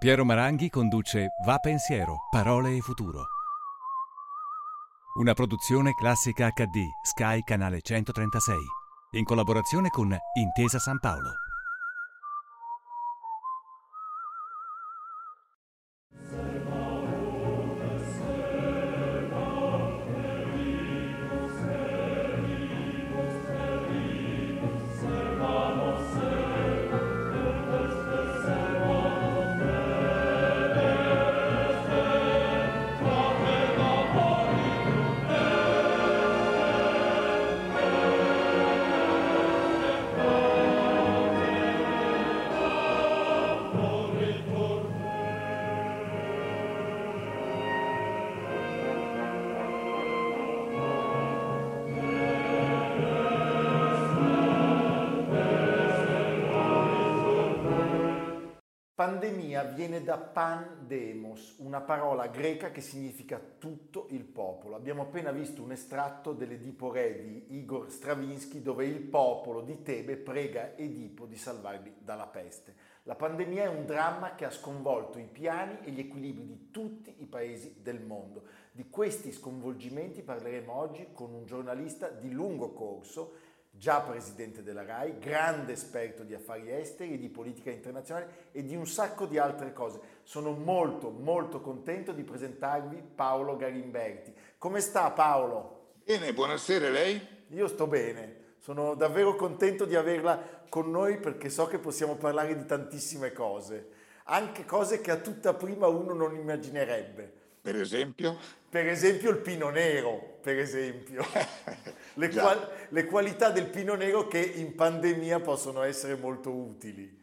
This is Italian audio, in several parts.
Piero Maranghi conduce Va Pensiero, parole e futuro. Una produzione Classica HD, Sky Canale 136, in collaborazione con Intesa San Paolo. Pandemia viene da pandemos, una parola greca che significa tutto il popolo. Abbiamo appena visto un estratto dell'Edipo Re di Igor Stravinsky, dove il popolo di Tebe prega Edipo di salvarli dalla peste. La pandemia è un dramma che ha sconvolto i piani e gli equilibri di tutti i paesi del mondo. Di questi sconvolgimenti parleremo oggi con un giornalista di lungo corso, già presidente della RAI, grande esperto di affari esteri e di politica internazionale e di un sacco di altre cose. Sono molto contento di presentarvi Paolo Garimberti. Come sta Paolo? Bene, buonasera, lei? Io sto bene, sono davvero contento di averla con noi perché so che possiamo parlare di tantissime cose, anche cose che a tutta prima uno non immaginerebbe. Per esempio? Per esempio il Pino Nero, per esempio. Le qualità del Pino Nero che in pandemia possono essere molto utili.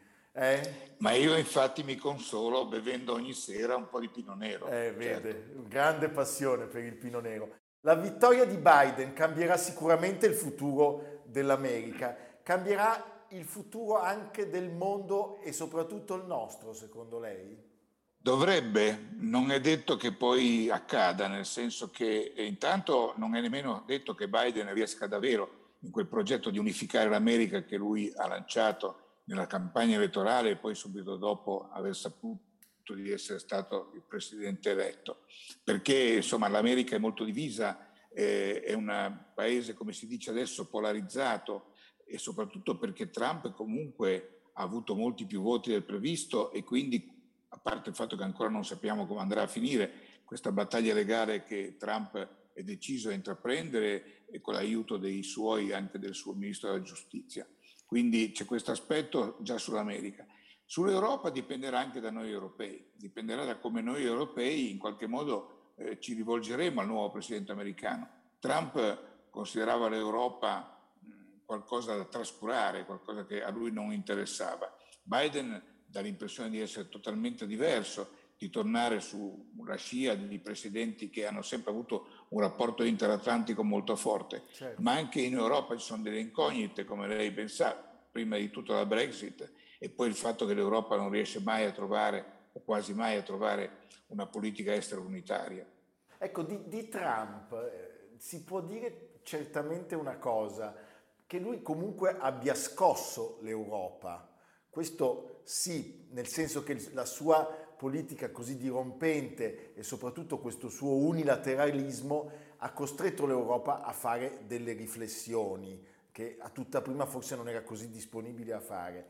Ma io infatti mi consolo bevendo ogni sera un po' di Pino Nero. Vede, grande passione per il Pino Nero. La vittoria di Biden cambierà sicuramente il futuro dell'America, cambierà il futuro anche del mondo e soprattutto il nostro, secondo lei? Dovrebbe, non è detto che poi accada, nel senso che intanto non è nemmeno detto che Biden riesca davvero in quel progetto di unificare l'America che lui ha lanciato nella campagna elettorale e poi subito dopo aver saputo di essere stato il presidente eletto, perché insomma l'America è molto divisa, è un paese, come si dice adesso, polarizzato, e soprattutto perché Trump comunque ha avuto molti più voti del previsto e quindi, a parte il fatto che ancora non sappiamo come andrà a finire questa battaglia legale che Trump è deciso a intraprendere e con l'aiuto dei suoi, anche del suo ministro della giustizia. Quindi c'è questo aspetto già sull'America. Sull'Europa dipenderà anche da noi europei, dipenderà da come noi europei in qualche modo ci rivolgeremo al nuovo presidente americano. Trump considerava l'Europa qualcosa da trascurare, qualcosa che a lui non interessava. Biden dà l'impressione di essere totalmente diverso, di tornare sulla scia di presidenti che hanno sempre avuto un rapporto interatlantico molto forte. Certo. Ma anche in Europa ci sono delle incognite, come lei ben sa, prima di tutto la Brexit e poi il fatto che l'Europa non riesce mai a trovare, o quasi mai a trovare, una politica estera unitaria. Ecco, di Trump si può dire certamente una cosa, che lui comunque abbia scosso l'Europa. Questo sì, nel senso che la sua politica così dirompente e soprattutto questo suo unilateralismo ha costretto l'Europa a fare delle riflessioni che a tutta prima forse non era così disponibile a fare.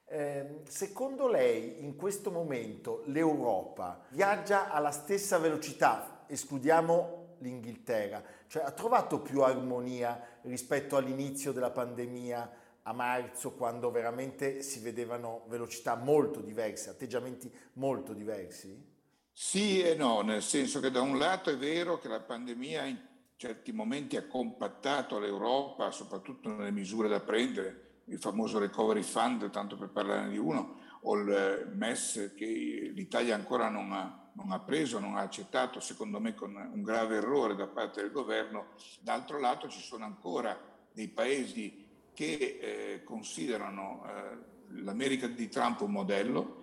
Secondo lei in questo momento l'Europa viaggia alla stessa velocità, escludiamo l'Inghilterra, cioè ha trovato più armonia rispetto all'inizio della pandemia a marzo, quando veramente si vedevano velocità molto diverse, atteggiamenti molto diversi? Sì e no, nel senso che da un lato è vero che la pandemia in certi momenti ha compattato l'Europa, soprattutto nelle misure da prendere, il famoso Recovery Fund, tanto per parlarne di uno, o il MES che l'Italia ancora non ha preso, non ha accettato, secondo me con un grave errore da parte del governo. D'altro lato ci sono ancora dei paesi che considerano l'America di Trump un modello,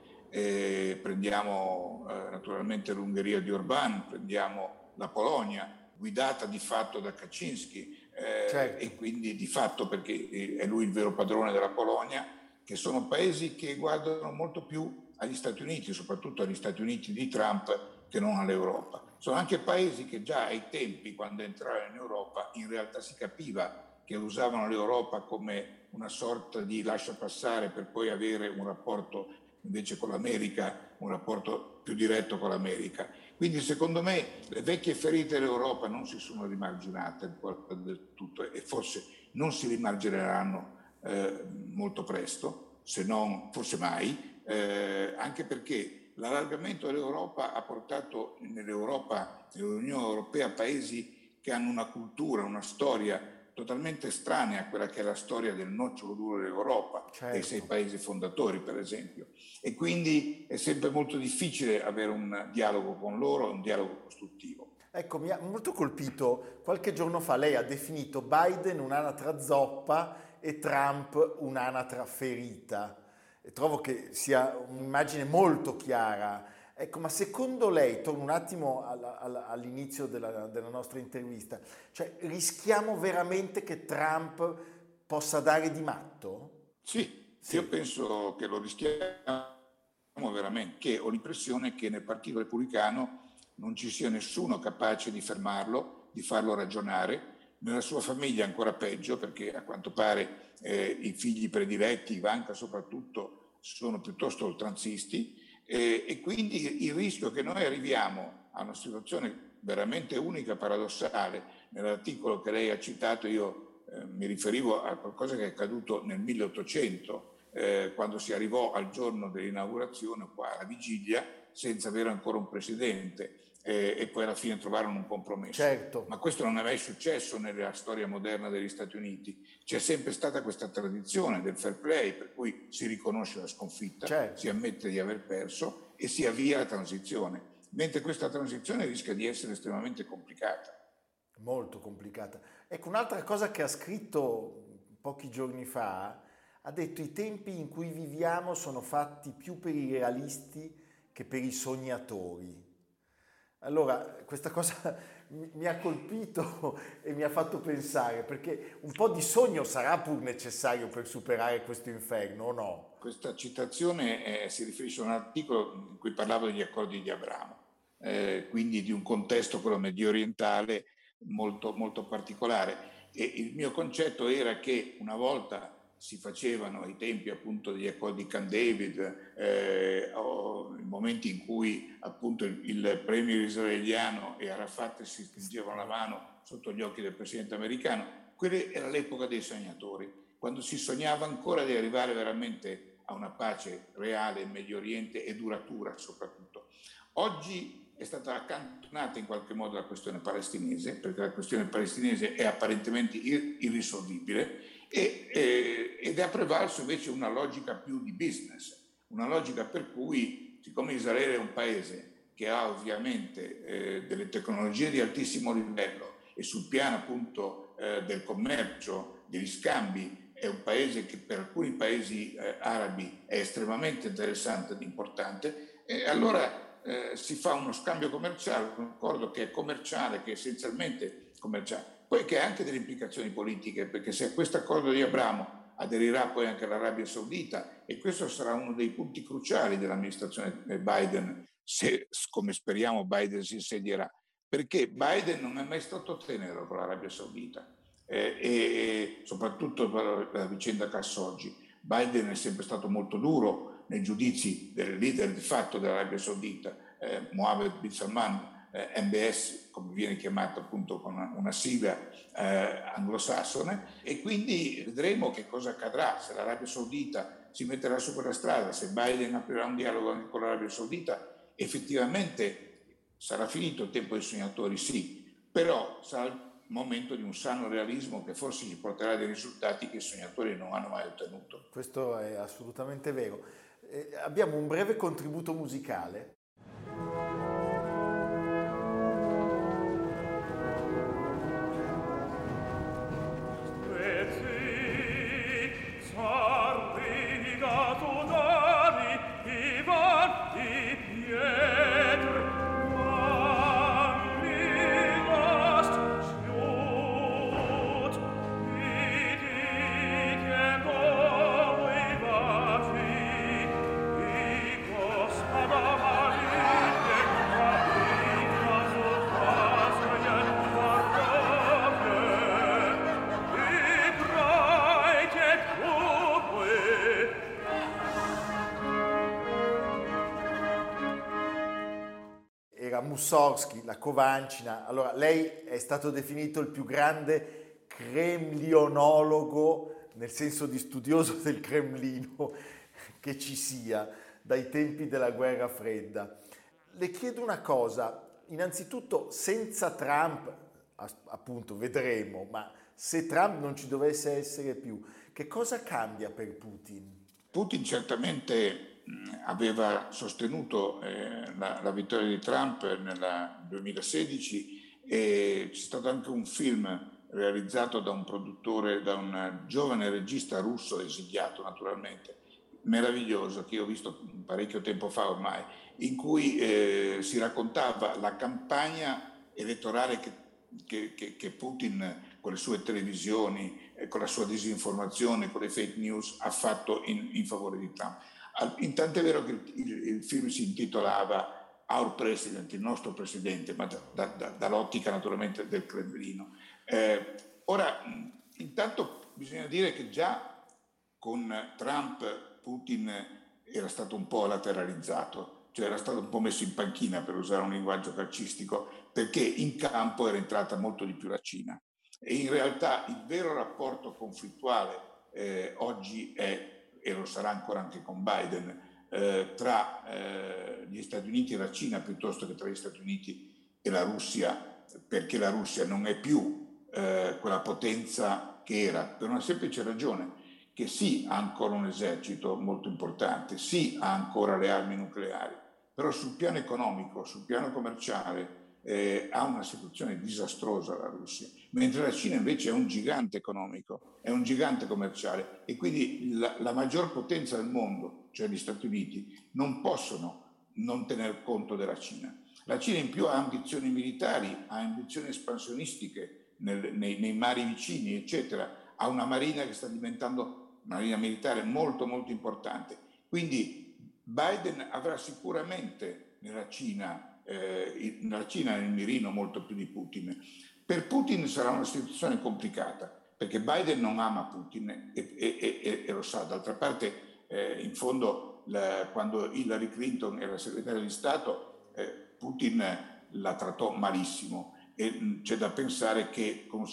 prendiamo naturalmente l'Ungheria di Orbán, prendiamo la Polonia, guidata di fatto da Kaczynski, certo. E quindi di fatto perché è lui il vero padrone della Polonia, che sono paesi che guardano molto più agli Stati Uniti, soprattutto agli Stati Uniti di Trump, che non all'Europa. Sono anche paesi che già ai tempi, quando entrarono in Europa, in realtà si capiva che usavano l'Europa come una sorta di lasciapassare per poi avere un rapporto invece con l'America, un rapporto più diretto con l'America. Quindi secondo me le vecchie ferite dell'Europa non si sono rimarginate del tutto e forse non si rimargineranno molto presto, se non forse mai, anche perché l'allargamento dell'Europa ha portato nell'Europa, nell'Unione Europea, paesi che hanno una cultura, una storia totalmente estranea a quella che è la storia del nocciolo duro dell'Europa, dei 6 paesi fondatori per esempio. E quindi è sempre molto difficile avere un dialogo con loro, un dialogo costruttivo. Ecco, mi ha molto colpito, qualche giorno fa lei ha definito Biden un'anatra zoppa e Trump un'anatra ferita. E trovo che sia un'immagine molto chiara. Ecco, ma secondo lei, torno un attimo all'inizio della nostra intervista, cioè rischiamo veramente che Trump possa dare di matto? Sì, io penso che lo rischiamo veramente, che ho l'impressione che nel Partito Repubblicano non ci sia nessuno capace di fermarlo, di farlo ragionare. Nella sua famiglia ancora peggio, perché a quanto pare i figli prediletti, Ivanka soprattutto, sono piuttosto oltranzisti. E quindi il rischio che noi arriviamo a una situazione veramente unica, paradossale. Nell'articolo che lei ha citato io mi riferivo a qualcosa che è accaduto nel 1800, quando si arrivò al giorno dell'inaugurazione, qua alla vigilia, senza avere ancora un presidente, e poi alla fine trovarono un compromesso. Certo. Ma questo non è mai successo nella storia moderna degli Stati Uniti. C'è sempre stata questa tradizione del fair play, per cui si riconosce la sconfitta, certo, si ammette di aver perso e si avvia la transizione, mentre questa transizione rischia di essere estremamente complicata. Molto complicata. Ecco, un'altra cosa che ha scritto pochi giorni fa, ha detto: i tempi in cui viviamo sono fatti più per i realisti che per i sognatori. Allora, questa cosa mi ha colpito e mi ha fatto pensare, perché un po' di sogno sarà pur necessario per superare questo inferno, o no? Questa citazione si riferisce a un articolo in cui parlavo degli accordi di Abramo, quindi di un contesto, quello medio orientale, molto, molto particolare. E il mio concetto era che una volta si facevano ai tempi appunto degli accordi di Camp David, o i momenti in cui appunto il premier israeliano e Arafat si stringevano la mano sotto gli occhi del presidente americano. Quella era l'epoca dei sognatori, quando si sognava ancora di arrivare veramente a una pace reale in Medio Oriente e duratura soprattutto. Oggi è stata accantonata in qualche modo la questione palestinese, perché la questione palestinese è apparentemente irrisolvibile, ed è prevalso invece una logica più di business, una logica per cui, siccome Israele è un paese che ha ovviamente delle tecnologie di altissimo livello e sul piano appunto del commercio, degli scambi, è un paese che per alcuni paesi arabi è estremamente interessante ed importante, e allora si fa uno scambio commerciale, un accordo che è commerciale, che è essenzialmente commerciale, poi che ha anche delle implicazioni politiche, perché se a questo accordo di Abramo aderirà poi anche l'Arabia Saudita, e questo sarà uno dei punti cruciali dell'amministrazione Biden, se come speriamo Biden si insedierà, perché Biden non è mai stato tenero con l'Arabia Saudita, e soprattutto per la vicenda Khashoggi. Biden è sempre stato molto duro nei giudizi del leader di fatto dell'Arabia Saudita, Mohammed bin Salman, MBS, come viene chiamato appunto con una sigla anglosassone, e quindi vedremo che cosa accadrà, se l'Arabia Saudita si metterà su quella strada, se Biden aprirà un dialogo anche con l'Arabia Saudita. Effettivamente sarà finito il tempo dei sognatori, sì, però sarà il momento di un sano realismo che forse ci porterà dei risultati che i sognatori non hanno mai ottenuto. Questo è assolutamente vero. Abbiamo un breve contributo musicale. Mussorgsky, la Kovancina. Allora, lei è stato definito il più grande kremlionologo, nel senso di studioso del Cremlino, che ci sia dai tempi della guerra fredda. Le chiedo una cosa, innanzitutto senza Trump, appunto vedremo, ma se Trump non ci dovesse essere più, che cosa cambia per Putin? Putin certamente aveva sostenuto la vittoria di Trump nel 2016 e c'è stato anche un film realizzato da un produttore, da un giovane regista russo esiliato naturalmente, meraviglioso, che io ho visto parecchio tempo fa ormai, in cui si raccontava la campagna elettorale che Putin con le sue televisioni, con la sua disinformazione, con le fake news ha fatto in favore di Trump. Intanto è vero che il film si intitolava Our President, il nostro presidente, ma dall'ottica naturalmente del Cremlino. Ora, intanto bisogna dire che già con Trump Putin era stato un po' lateralizzato, cioè era stato un po' messo in panchina, per usare un linguaggio calcistico, perché in campo era entrata molto di più la Cina. E in realtà il vero rapporto conflittuale oggi è, e lo sarà ancora anche con Biden, tra gli Stati Uniti e la Cina piuttosto che tra gli Stati Uniti e la Russia, perché la Russia non è più quella potenza che era, per una semplice ragione, che sì ha ancora un esercito molto importante, sì ha ancora le armi nucleari, però sul piano economico, sul piano commerciale, ha una situazione disastrosa la Russia, mentre la Cina invece è un gigante economico, è un gigante commerciale e quindi la maggior potenza del mondo, cioè gli Stati Uniti, non possono non tener conto della Cina. La Cina in più ha ambizioni militari, ha ambizioni espansionistiche nei mari vicini, eccetera, ha una marina che sta diventando marina militare molto molto importante. Quindi Biden avrà sicuramente nella Cina nel mirino molto più di Putin. Per Putin sarà una situazione complicata perché Biden non ama Putin e lo sa. D'altra parte, in fondo, quando Hillary Clinton era segretaria di Stato, Putin la trattò malissimo e c'è da pensare che con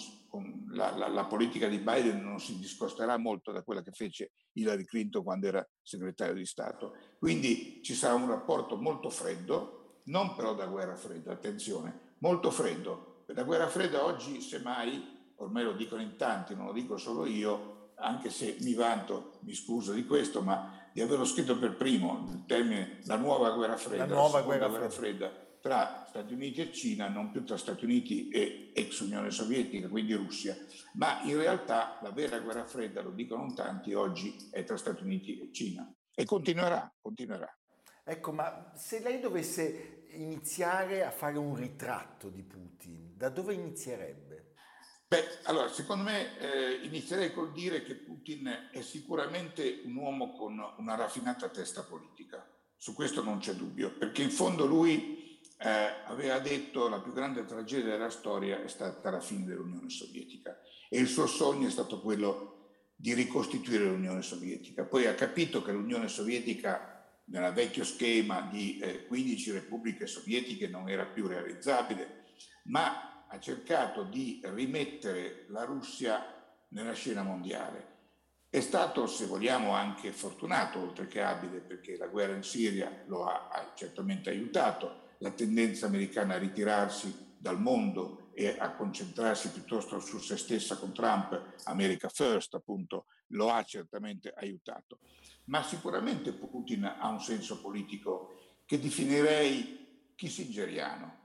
la politica di Biden non si discosterà molto da quella che fece Hillary Clinton quando era segretario di Stato. Quindi ci sarà un rapporto molto freddo, non però da guerra fredda, attenzione, molto freddo. La guerra fredda oggi, semmai, ormai lo dicono in tanti, non lo dico solo io, anche se mi vanto, mi scuso di questo, ma di averlo scritto per primo, il termine la nuova guerra fredda, la seconda guerra fredda tra Stati Uniti e Cina, non più tra Stati Uniti e ex Unione Sovietica, quindi Russia, ma in realtà la vera guerra fredda, lo dicono in tanti, oggi è tra Stati Uniti e Cina e continuerà. Ecco, ma se lei dovesse iniziare a fare un ritratto di Putin, da dove inizierebbe? Beh, allora, secondo me inizierei col dire che Putin è sicuramente un uomo con una raffinata testa politica. Su questo non c'è dubbio, perché in fondo lui aveva detto la più grande tragedia della storia è stata la fine dell'Unione Sovietica e il suo sogno è stato quello di ricostituire l'Unione Sovietica. Poi ha capito che l'Unione Sovietica nel vecchio schema di 15 repubbliche sovietiche non era più realizzabile, ma ha cercato di rimettere la Russia nella scena mondiale. È stato, se vogliamo, anche fortunato, oltre che abile, perché la guerra in Siria lo ha certamente aiutato, la tendenza americana a ritirarsi dal mondo e a concentrarsi piuttosto su se stessa con Trump, America First appunto, lo ha certamente aiutato. Ma sicuramente Putin ha un senso politico che definirei kissingeriano,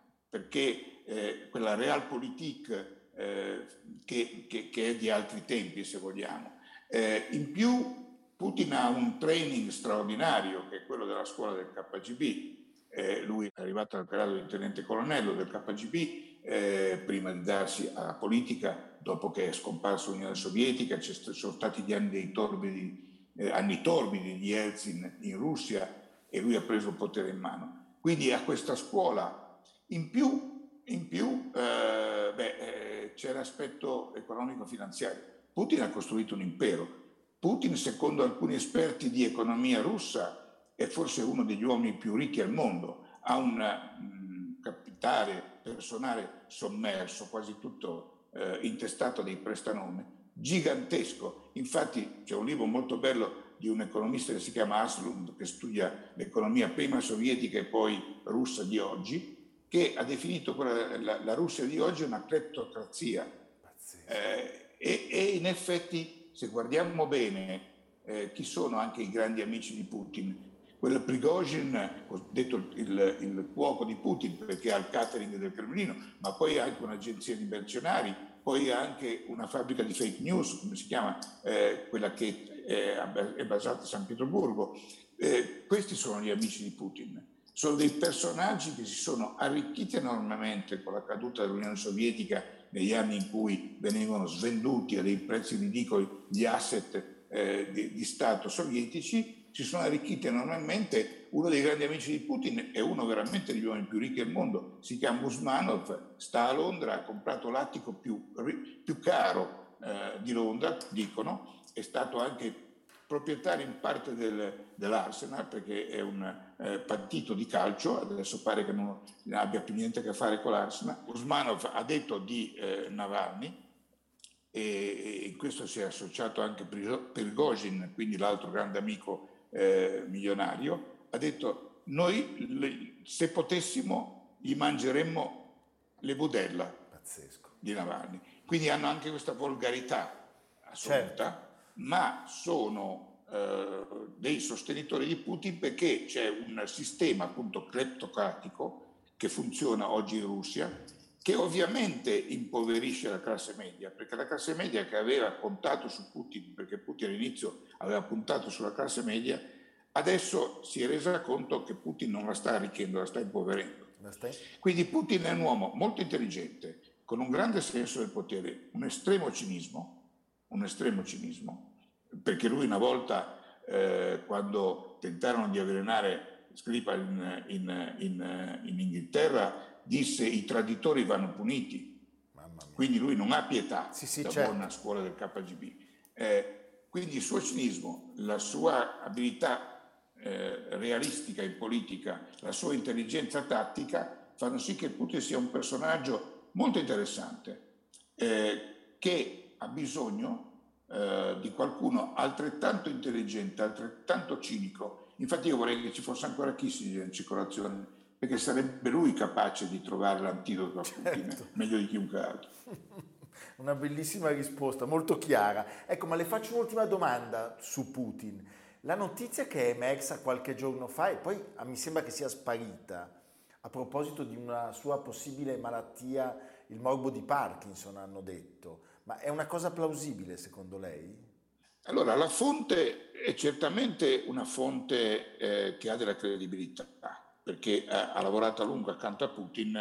perché quella realpolitik che è di altri tempi, se vogliamo. In più Putin ha un training straordinario, che è quello della scuola del KGB. Lui è arrivato al grado di tenente colonnello del KGB prima di darsi alla politica, dopo che è scomparsa l'Unione Sovietica. Ci sono stati gli anni dei torbidi anni torbidi di Yeltsin in Russia e lui ha preso il potere in mano. Quindi a questa scuola in più c'è l'aspetto economico-finanziario. Putin ha costruito un impero. Putin, secondo alcuni esperti di economia russa, è forse uno degli uomini più ricchi al mondo. Ha un capitale personale sommerso, quasi tutto intestato a dei prestanome, gigantesco. Infatti c'è un libro molto bello di un economista che si chiama Aslund, che studia l'economia prima sovietica e poi russa di oggi, che ha definito la Russia di oggi una cleptocrazia. E in effetti, se guardiamo bene chi sono anche i grandi amici di Putin, quel Prigozhin, detto il cuoco di Putin perché ha il catering del Cremlino, ma poi anche un'agenzia di mercenari, poi anche una fabbrica di fake news, come si chiama, quella che è basata a San Pietroburgo. Questi sono gli amici di Putin. Sono dei personaggi che si sono arricchiti enormemente con la caduta dell'Unione Sovietica negli anni in cui venivano svenduti a dei prezzi ridicoli gli asset di Stato sovietici, si sono arricchiti enormemente. Uno dei grandi amici di Putin è uno veramente degli uomini più ricchi del mondo, si chiama Usmanov, sta a Londra, ha comprato l'attico più caro di Londra, dicono, è stato anche proprietario in parte dell'Arsenal perché è un partito di calcio, adesso pare che non abbia più niente a che fare con l'Arsenal. Usmanov ha detto di Navalny, e in questo si è associato anche Prigozhin, quindi l'altro grande amico milionario, ha detto: noi se potessimo gli mangeremmo le budella. Pazzesco. Di Navalny. Quindi hanno anche questa volgarità assoluta, certo, ma sono dei sostenitori di Putin perché c'è un sistema appunto cleptocratico che funziona oggi in Russia, che ovviamente impoverisce la classe media, perché la classe media che aveva contato su Putin, perché Putin all'inizio aveva puntato sulla classe media, adesso si è resa conto che Putin non la sta arricchendo, la sta impoverendo. Quindi Putin è un uomo molto intelligente, con un grande senso del potere, un estremo cinismo, perché lui una volta, quando tentarono di avvelenare Skripal in Inghilterra, disse: i traditori vanno puniti. Quindi lui non ha pietà, da certo. Buona scuola del KGB. Quindi il suo cinismo, la sua abilità realistica in politica, la sua intelligenza tattica fanno sì che Putin sia un personaggio molto interessante, che ha bisogno di qualcuno altrettanto intelligente, altrettanto cinico. Infatti io vorrei che ci fosse ancora Kissinger in circolazione, perché sarebbe lui capace di trovare l'antidoto a Putin, certo, meglio di chiunque altro. Una bellissima risposta, molto chiara. Ecco, ma le faccio un'ultima domanda su Putin. La notizia che è emersa qualche giorno fa, e poi mi sembra che sia sparita, a proposito di una sua possibile malattia, il morbo di Parkinson, hanno detto. Ma è una cosa plausibile secondo lei? Allora, la fonte è certamente una fonte che ha della credibilità, perché ha lavorato a lungo accanto a Putin,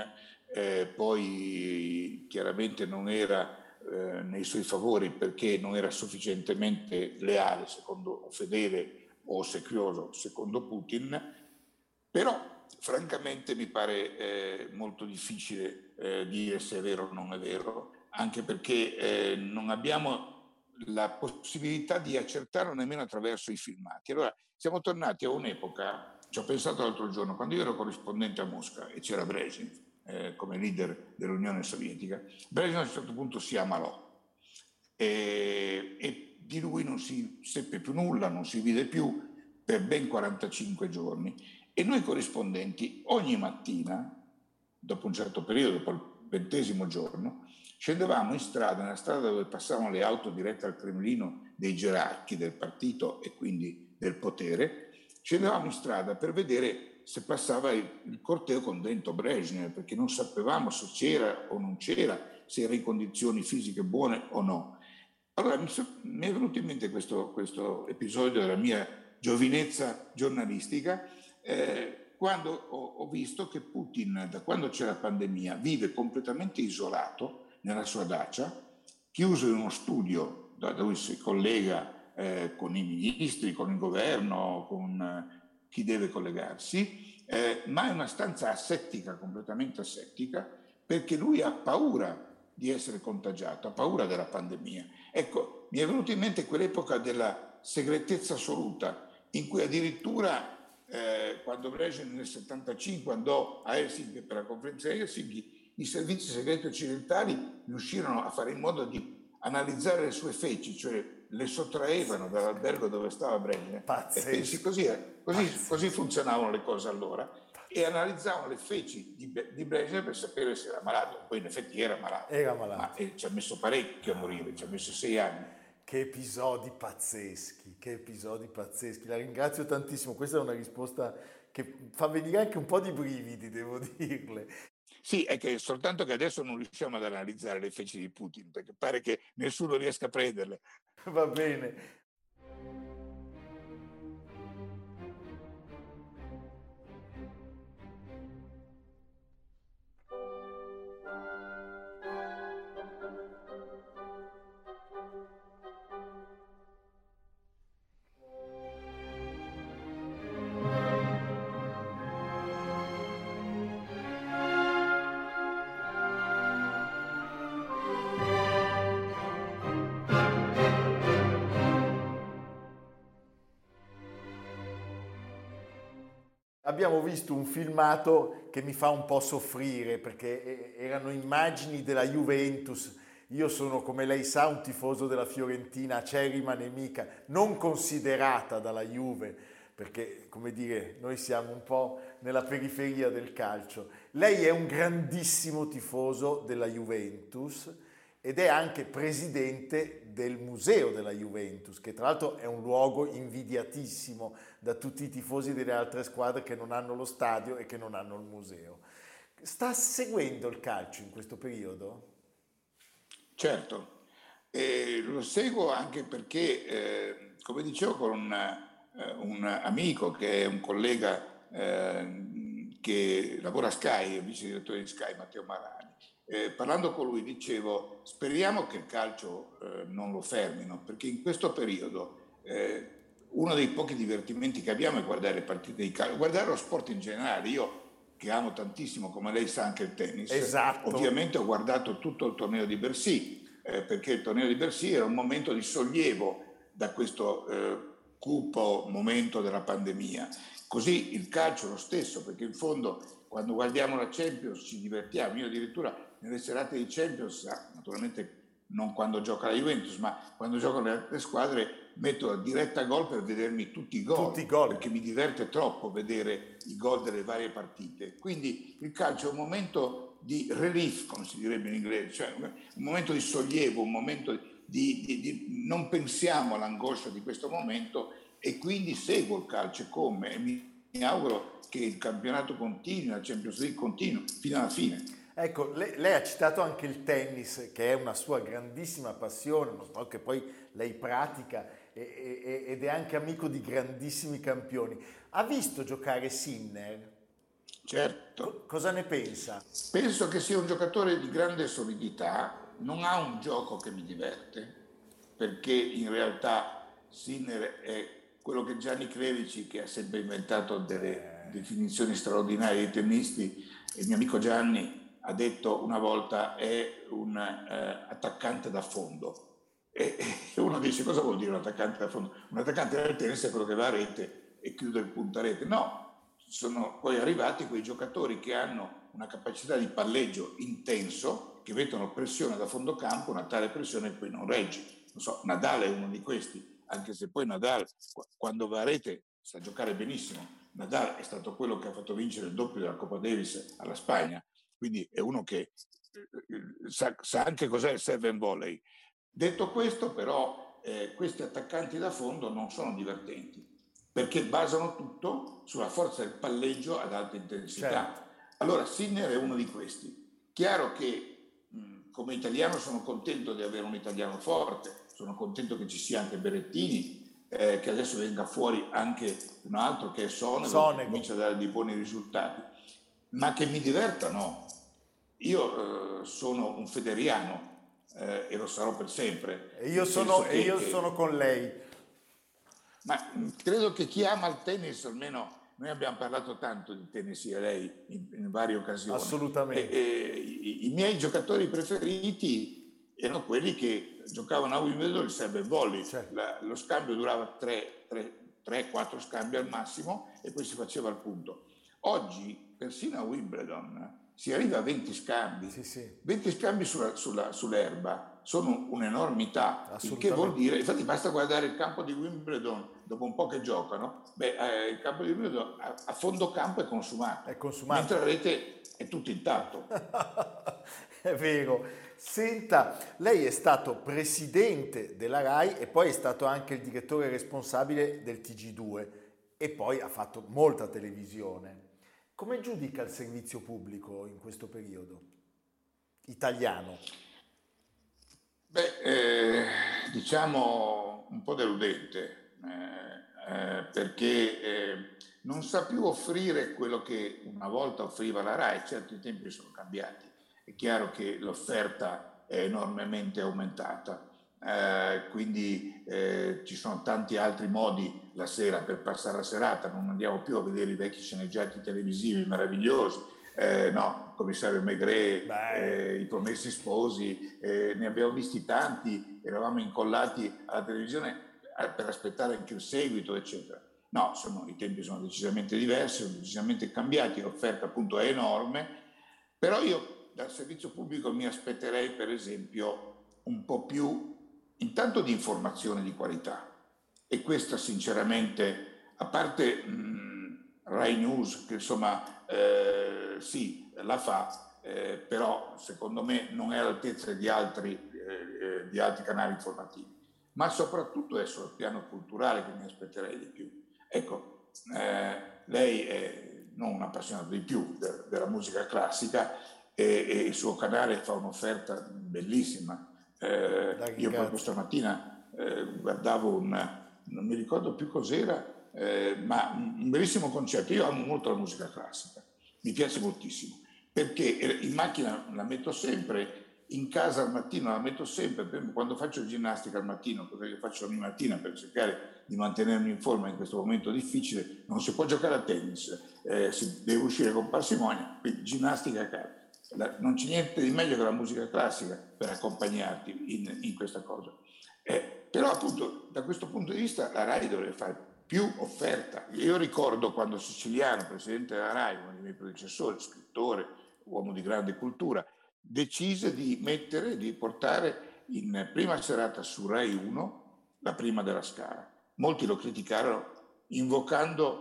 poi chiaramente non era nei suoi favori perché non era sufficientemente leale, o fedele o ossequioso secondo Putin, però francamente mi pare molto difficile dire se è vero o non è vero, anche perché non abbiamo la possibilità di accertarlo nemmeno attraverso i filmati. Allora siamo tornati a un'epoca, ci ho pensato l'altro giorno, quando io ero corrispondente a Mosca e c'era Brezhnev come leader dell'Unione Sovietica. Brezhnev a un certo punto si ammalò e di lui non si seppe più nulla, non si vide più per ben 45 giorni. E noi corrispondenti ogni mattina, dopo un certo periodo, dopo il 20° giorno, scendevamo in strada, nella strada dove passavano le auto dirette al Cremlino dei gerarchi del partito e quindi del potere, scendevamo in strada per vedere se passava il corteo con dentro Brezhnev, perché non sapevamo se c'era o non c'era, se era in condizioni fisiche buone o no. Allora mi è venuto in mente questo episodio della mia giovinezza giornalistica, quando ho visto che Putin, da quando c'è la pandemia, vive completamente isolato nella sua dacia, chiuso in uno studio da dove si collega con i ministri, con il governo, con chi deve collegarsi, ma è una stanza asettica, completamente asettica, perché lui ha paura di essere contagiato, ha paura della pandemia. Ecco, mi è venuta in mente quell'epoca della segretezza assoluta, in cui addirittura quando Brezhnev nel 75 andò a Helsinki per la conferenza di Helsinki, i servizi segreti occidentali riuscirono a fare in modo di analizzare le sue feci, cioè le sottraevano dall'albergo dove stava Brezhnev. E pensi così funzionavano le cose allora, e analizzavano le feci di Brezhnev per sapere se era malato. Poi in effetti era malato. Ma ci ha messo parecchio a morire, ci ha messo 6 anni. Che episodi pazzeschi, che episodi pazzeschi. La ringrazio tantissimo. Questa è una risposta che fa venire anche un po' di brividi, devo dirle. Sì, è che soltanto che adesso non riusciamo ad analizzare le feci di Putin, perché pare che nessuno riesca a prenderle. Va bene. Abbiamo visto un filmato che mi fa un po' soffrire perché erano immagini della Juventus. Io sono, come lei sa, un tifoso della Fiorentina, acerrima nemica, non considerata dalla Juve, perché, come dire, noi siamo un po' nella periferia del calcio. Lei è un grandissimo tifoso della Juventus ed è anche presidente del museo della Juventus, che tra l'altro è un luogo invidiatissimo da tutti i tifosi delle altre squadre che non hanno lo stadio e che non hanno il museo. Sta seguendo il calcio in questo periodo? Certo, lo seguo anche perché, come dicevo, con un amico che è un collega che lavora a Sky, è vice direttore di Sky, Matteo Marani. Parlando con lui dicevo, speriamo che il calcio non lo fermino, perché in questo periodo uno dei pochi divertimenti che abbiamo è guardare le partite di calcio, guardare lo sport in generale. Io, che amo tantissimo, come lei sa, anche il tennis, esatto. Ovviamente ho guardato tutto il torneo di Bercy, perché il torneo di Bercy era un momento di sollievo da questo cupo momento della pandemia. Così il calcio lo stesso, perché in fondo quando guardiamo la Champions ci divertiamo. Io addirittura nelle serate di Champions, naturalmente non quando gioca la Juventus, ma quando giocano le altre squadre, metto diretta gol per vedermi tutti i gol, perché mi diverte troppo vedere i gol delle varie partite. Quindi il calcio è un momento di relief, come si direbbe in inglese, cioè un momento di sollievo, un momento di non pensiamo all'angoscia di questo momento, e quindi seguo il calcio come, e mi auguro che il campionato continui, la Champions League continui fino alla fine. Ecco, lei ha citato anche il tennis, che è una sua grandissima passione, uno sport che poi lei pratica ed è anche amico di grandissimi campioni. Ha visto giocare Sinner? Certo. Cosa ne pensa? Penso che sia un giocatore di grande solidità, non ha un gioco che mi diverte, perché in realtà Sinner è quello che Gianni Clerici, che ha sempre inventato delle definizioni straordinarie dei tennisti, il mio amico Gianni ha detto una volta è un attaccante da fondo. E uno dice, cosa vuol dire un attaccante da fondo? Un attaccante del tennis è quello che va a rete e chiude il punto a rete. No, sono poi arrivati quei giocatori che hanno una capacità di palleggio intenso, che mettono pressione da fondo campo, una tale pressione che poi non reggi. Non so, Nadal è uno di questi, anche se poi Nadal quando va a rete sa giocare benissimo. Nadal è stato quello che ha fatto vincere il doppio della Coppa Davis alla Spagna, quindi è uno che sa anche cos'è il serve and volley. Detto questo, però, questi attaccanti da fondo non sono divertenti, perché basano tutto sulla forza del palleggio ad alta intensità. Certo. Allora Sinner è uno di questi. Chiaro che come italiano sono contento di avere un italiano forte, sono contento che ci sia anche Berrettini, che adesso venga fuori anche un altro che è Sonego, che comincia a dare dei buoni risultati, ma che mi diverta no. Io sono un federiano e lo sarò per sempre. E io sono con lei. Ma credo che chi ama il tennis, almeno noi abbiamo parlato tanto di tennis io e lei in varie occasioni. Assolutamente. I miei giocatori preferiti erano quelli che giocavano a Wimbledon il serve e volley. Certo. Lo scambio durava 3 3-4 scambi al massimo e poi si faceva il punto. Oggi, persino a Wimbledon, si arriva a 20 scambi. Sì. 20 scambi sull'erba sono un'enormità, il che vuol dire, infatti basta guardare il campo di Wimbledon dopo un po' che giocano, il campo di Wimbledon a fondo campo è consumato. Mentre la rete è tutto intatto. È vero. Senta, lei è stato presidente della RAI e poi è stato anche il direttore responsabile del TG2 e poi ha fatto molta televisione. Come giudica il servizio pubblico in questo periodo italiano? Diciamo un po' deludente, perché non sa più offrire quello che una volta offriva la RAI. Certo, i tempi sono cambiati, è chiaro che l'offerta è enormemente aumentata. Quindi ci sono tanti altri modi la sera per passare la serata, non andiamo più a vedere i vecchi sceneggiati televisivi meravigliosi, no, Commissario Maigret, I Promessi Sposi, ne abbiamo visti tanti, eravamo incollati alla televisione per aspettare anche il seguito, eccetera. No, i tempi sono decisamente diversi, sono decisamente cambiati, l'offerta appunto è enorme, però io dal servizio pubblico mi aspetterei per esempio un po' più intanto di informazione di qualità, e questa sinceramente, a parte Rai News che insomma sì, la fa, però secondo me non è all'altezza di altri canali informativi, ma soprattutto è sul piano culturale che mi aspetterei di più. Ecco, lei è non un appassionato di più della musica classica e il suo canale fa un'offerta bellissima. Io proprio stamattina guardavo non mi ricordo più cos'era, ma un bellissimo concerto. Io amo molto la musica classica, mi piace moltissimo, perché in macchina la metto sempre, in casa al mattino la metto sempre, quando faccio ginnastica al mattino, cosa che faccio ogni mattina per cercare di mantenermi in forma in questo momento difficile. Non si può giocare a tennis, si deve uscire con parsimonia, quindi ginnastica a casa. Non c'è niente di meglio che la musica classica per accompagnarti in questa cosa. Però appunto da questo punto di vista la RAI dovrebbe fare più offerta. Io ricordo quando Siciliano, presidente della RAI, uno dei miei predecessori, scrittore, uomo di grande cultura, decise di portare in prima serata su Rai 1 la prima della Scala. Molti lo criticarono invocando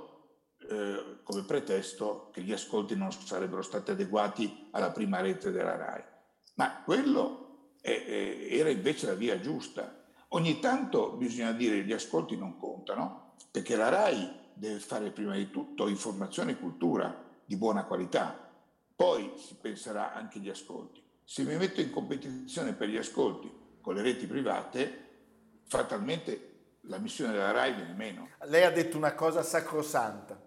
come pretesto che gli ascolti non sarebbero stati adeguati alla prima rete della RAI. Ma quello era invece la via giusta. Ogni tanto bisogna dire che gli ascolti non contano, perché la RAI deve fare prima di tutto informazione e cultura di buona qualità, poi si penserà anche agli ascolti. Se mi metto in competizione per gli ascolti con le reti private, fatalmente la missione della RAI viene meno. Lei ha detto una cosa sacrosanta.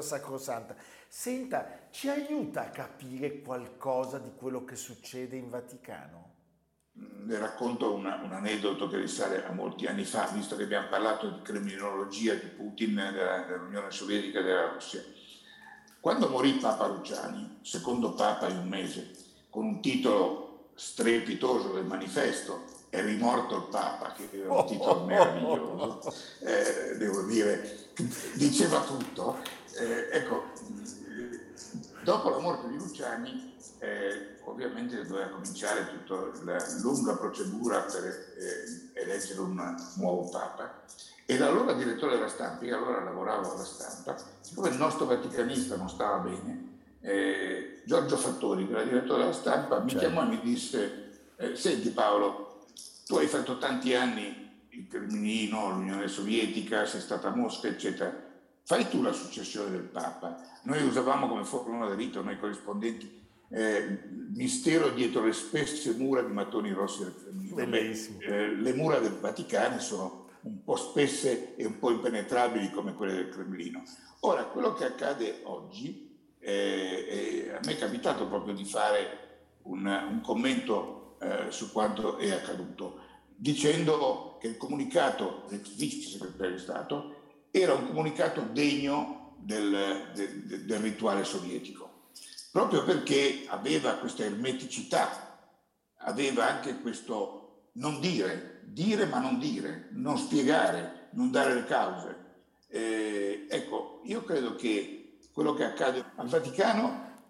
Senta, ci aiuta a capire qualcosa di quello che succede in Vaticano? Le racconto un aneddoto che risale a molti anni fa, visto che abbiamo parlato di criminologia di Putin, dell'Unione Sovietica e della Russia. Quando morì Papa Luciani, secondo Papa in un mese, con un titolo strepitoso del manifesto, È rimorto il Papa, che era un titolo meraviglioso, devo dire, diceva tutto. Ecco, dopo la morte di Luciani, ovviamente doveva cominciare tutta la lunga procedura per eleggere un nuovo Papa. E l'allora direttore della Stampa, io allora lavoravo alla Stampa, siccome il nostro vaticanista non stava bene, Giorgio Fattori, che era direttore della Stampa, mi chiamò e mi disse: senti Paolo, tu hai fatto tanti anni il Cremlino, l'Unione Sovietica, sei stata a Mosca, eccetera, fai tu la successione del Papa. Noi usavamo come formula di rito, noi corrispondenti, mistero dietro le spesse mura di mattoni rossi del Cremlino. Le mura del Vaticano sono un po' spesse e un po' impenetrabili come quelle del Cremlino. Ora, quello che accade oggi, a me è capitato proprio di fare un commento su quanto è accaduto, dicendo che il comunicato del vice segretario di Stato era un comunicato degno del rituale sovietico, proprio perché aveva questa ermeticità, aveva anche questo non dire ma non dire, non spiegare, non dare le cause. Ecco, io credo che quello che accade al Vaticano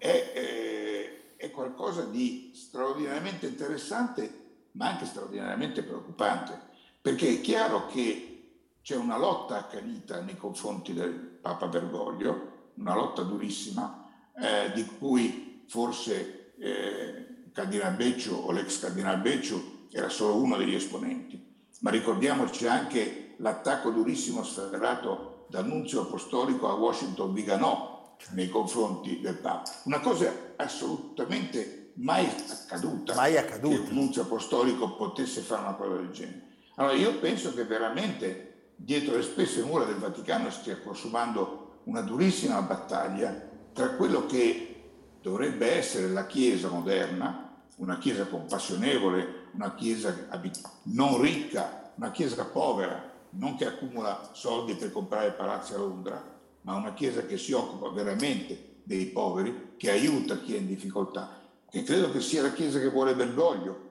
è qualcosa di straordinariamente interessante, ma anche straordinariamente preoccupante, perché è chiaro che c'è una lotta accanita nei confronti del Papa Bergoglio, una lotta durissima, di cui forse Cardinal Becciu o l'ex Cardinal Becciu era solo uno degli esponenti, ma ricordiamoci anche l'attacco durissimo sferrato dal nunzio apostolico a Washington Viganò nei confronti del Papa. Una cosa assolutamente mai accaduta. Che un nunzio apostolico potesse fare una cosa del genere. Allora io penso che veramente dietro le spesse mura del Vaticano stia consumando una durissima battaglia tra quello che dovrebbe essere la Chiesa moderna, una Chiesa compassionevole, una Chiesa non ricca, una Chiesa povera, non che accumula soldi per comprare palazzi a Londra, ma una Chiesa che si occupa veramente dei poveri, che aiuta chi è in difficoltà, che credo che sia la Chiesa che vuole Bergoglio,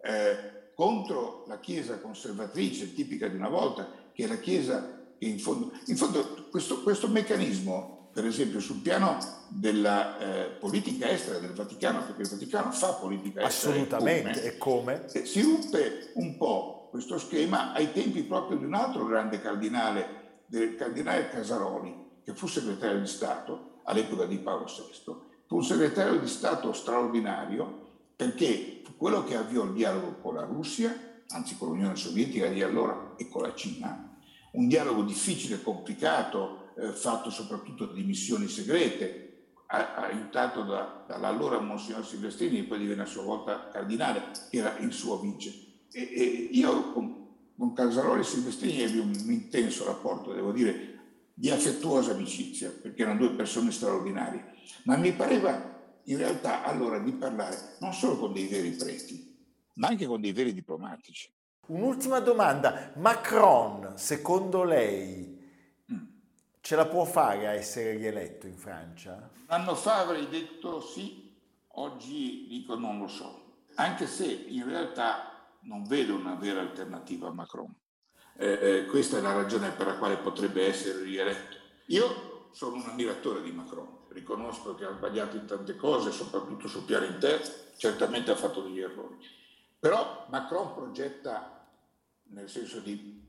contro la Chiesa conservatrice, tipica di una volta, che è la Chiesa che in fondo questo meccanismo, per esempio sul piano della politica estera del Vaticano, perché il Vaticano fa politica estera. Assolutamente, e come? Si ruppe un po' questo schema ai tempi proprio di un altro grande cardinale, del cardinale Casaroli, che fu segretario di Stato all'epoca di Paolo VI, fu un segretario di Stato straordinario perché fu quello che avviò il dialogo con la Russia, anzi con l'Unione Sovietica di allora e con la Cina, un dialogo difficile e complicato, fatto soprattutto di missioni segrete, aiutato dall'allora Monsignor Silvestrini, che poi divenne a sua volta cardinale, che era il suo vice. E io con Casaroli e Silvestrini ebbi un intenso rapporto, devo dire, di affettuosa amicizia, perché erano due persone straordinarie, ma mi pareva in realtà allora di parlare non solo con dei veri preti, ma anche con dei veri diplomatici. Un'ultima domanda, Macron, secondo lei, ce la può fare a essere rieletto in Francia? Un anno fa avrei detto sì, oggi dico non lo so, anche se in realtà non vedo una vera alternativa a Macron. Questa è la ragione per la quale potrebbe essere rieletto. Io sono un ammiratore di Macron, riconosco che ha sbagliato in tante cose, soprattutto sul piano interno, certamente ha fatto degli errori. Però Macron progetta, nel senso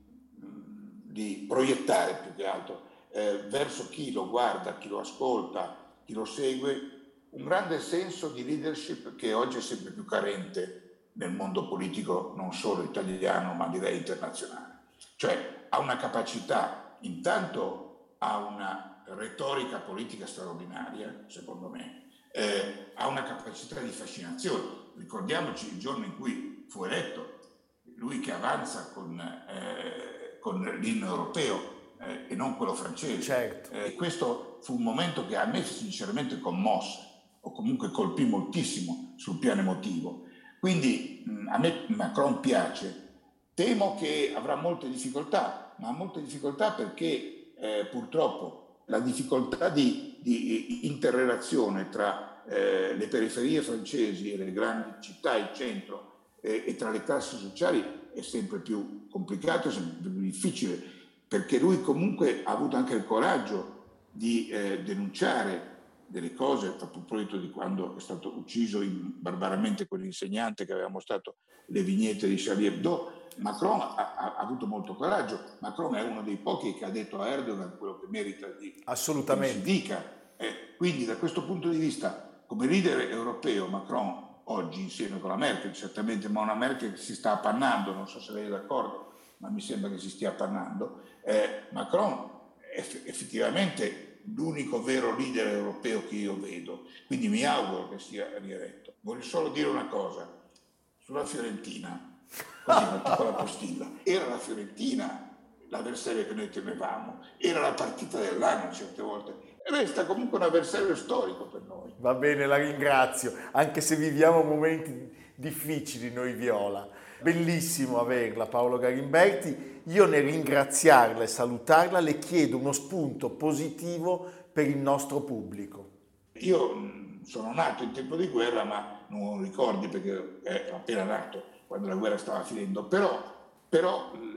di proiettare più che altro, verso chi lo guarda, chi lo ascolta, chi lo segue, un grande senso di leadership che oggi è sempre più carente nel mondo politico, non solo italiano, ma direi internazionale. Cioè ha una capacità, intanto ha una retorica politica straordinaria, secondo me, ha una capacità di fascinazione. Ricordiamoci il giorno in cui fu eletto, lui che avanza con l'inno europeo e non quello francese. Certo. E questo fu un momento che a me sinceramente commosse, o comunque colpì moltissimo sul piano emotivo. Quindi a me Macron piace. Temo che avrà molte difficoltà, ma molte difficoltà perché purtroppo la difficoltà di interrelazione tra le periferie francesi e le grandi città, il centro, e tra le classi sociali è sempre più complicato, è sempre più difficile, perché lui comunque ha avuto anche il coraggio di denunciare delle cose, a proposito di quando è stato ucciso barbaramente quell'insegnante che aveva mostrato le vignette di Charlie Hebdo. Macron ha avuto molto coraggio. Macron è uno dei pochi che ha detto a Erdogan quello che merita di assolutamente si dica. Quindi da questo punto di vista, come leader europeo, Macron oggi insieme con la Merkel certamente, ma una Merkel che si sta appannando, non so se lei è d'accordo, ma mi sembra che si stia appannando. Macron è effettivamente l'unico vero leader europeo che io vedo, quindi mi auguro che sia rieletto. Voglio solo dire una cosa sulla Fiorentina, così una piccola postilla. Era la Fiorentina l'avversario che noi temevamo, era la partita dell'anno certe volte, resta comunque un avversario storico per noi. Va bene, la ringrazio, anche se viviamo momenti difficili noi viola. Bellissimo averla, Paolo Garimberti. Io nel ringraziarla e salutarla le chiedo uno spunto positivo per il nostro pubblico. Io sono nato in tempo di guerra, ma non ricordi perché ero appena nato quando la guerra stava finendo, però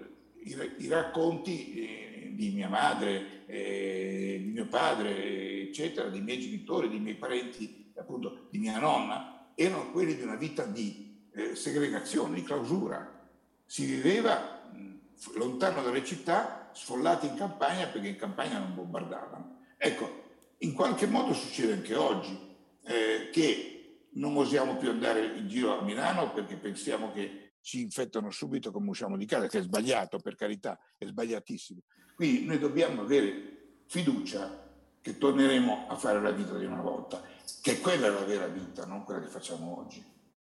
i racconti di mia madre, di mio padre, eccetera, dei miei genitori, dei miei parenti, appunto di mia nonna, erano quelli di una vita di segregazione, di clausura. Si viveva lontano dalle città, sfollati in campagna, perché in campagna non bombardavano. Ecco, in qualche modo succede anche oggi, che non osiamo più andare in giro a Milano perché pensiamo che ci infettano subito come usciamo di casa, che è sbagliato, per carità, è sbagliatissimo. Quindi noi dobbiamo avere fiducia che torneremo a fare la vita di una volta, che quella è la vera vita, non quella che facciamo oggi.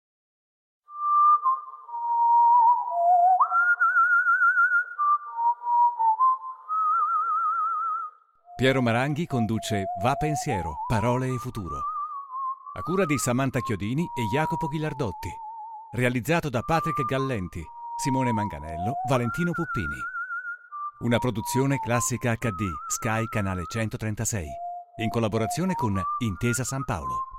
Piero Maranghi conduce Va Pensiero, parole e futuro. A cura di Samantha Chiodini e Jacopo Ghilardotti. Realizzato da Patrick Gallenti, Simone Manganello, Valentino Puppini. Una produzione Classica HD, Sky Canale 136. In collaborazione con Intesa San Paolo.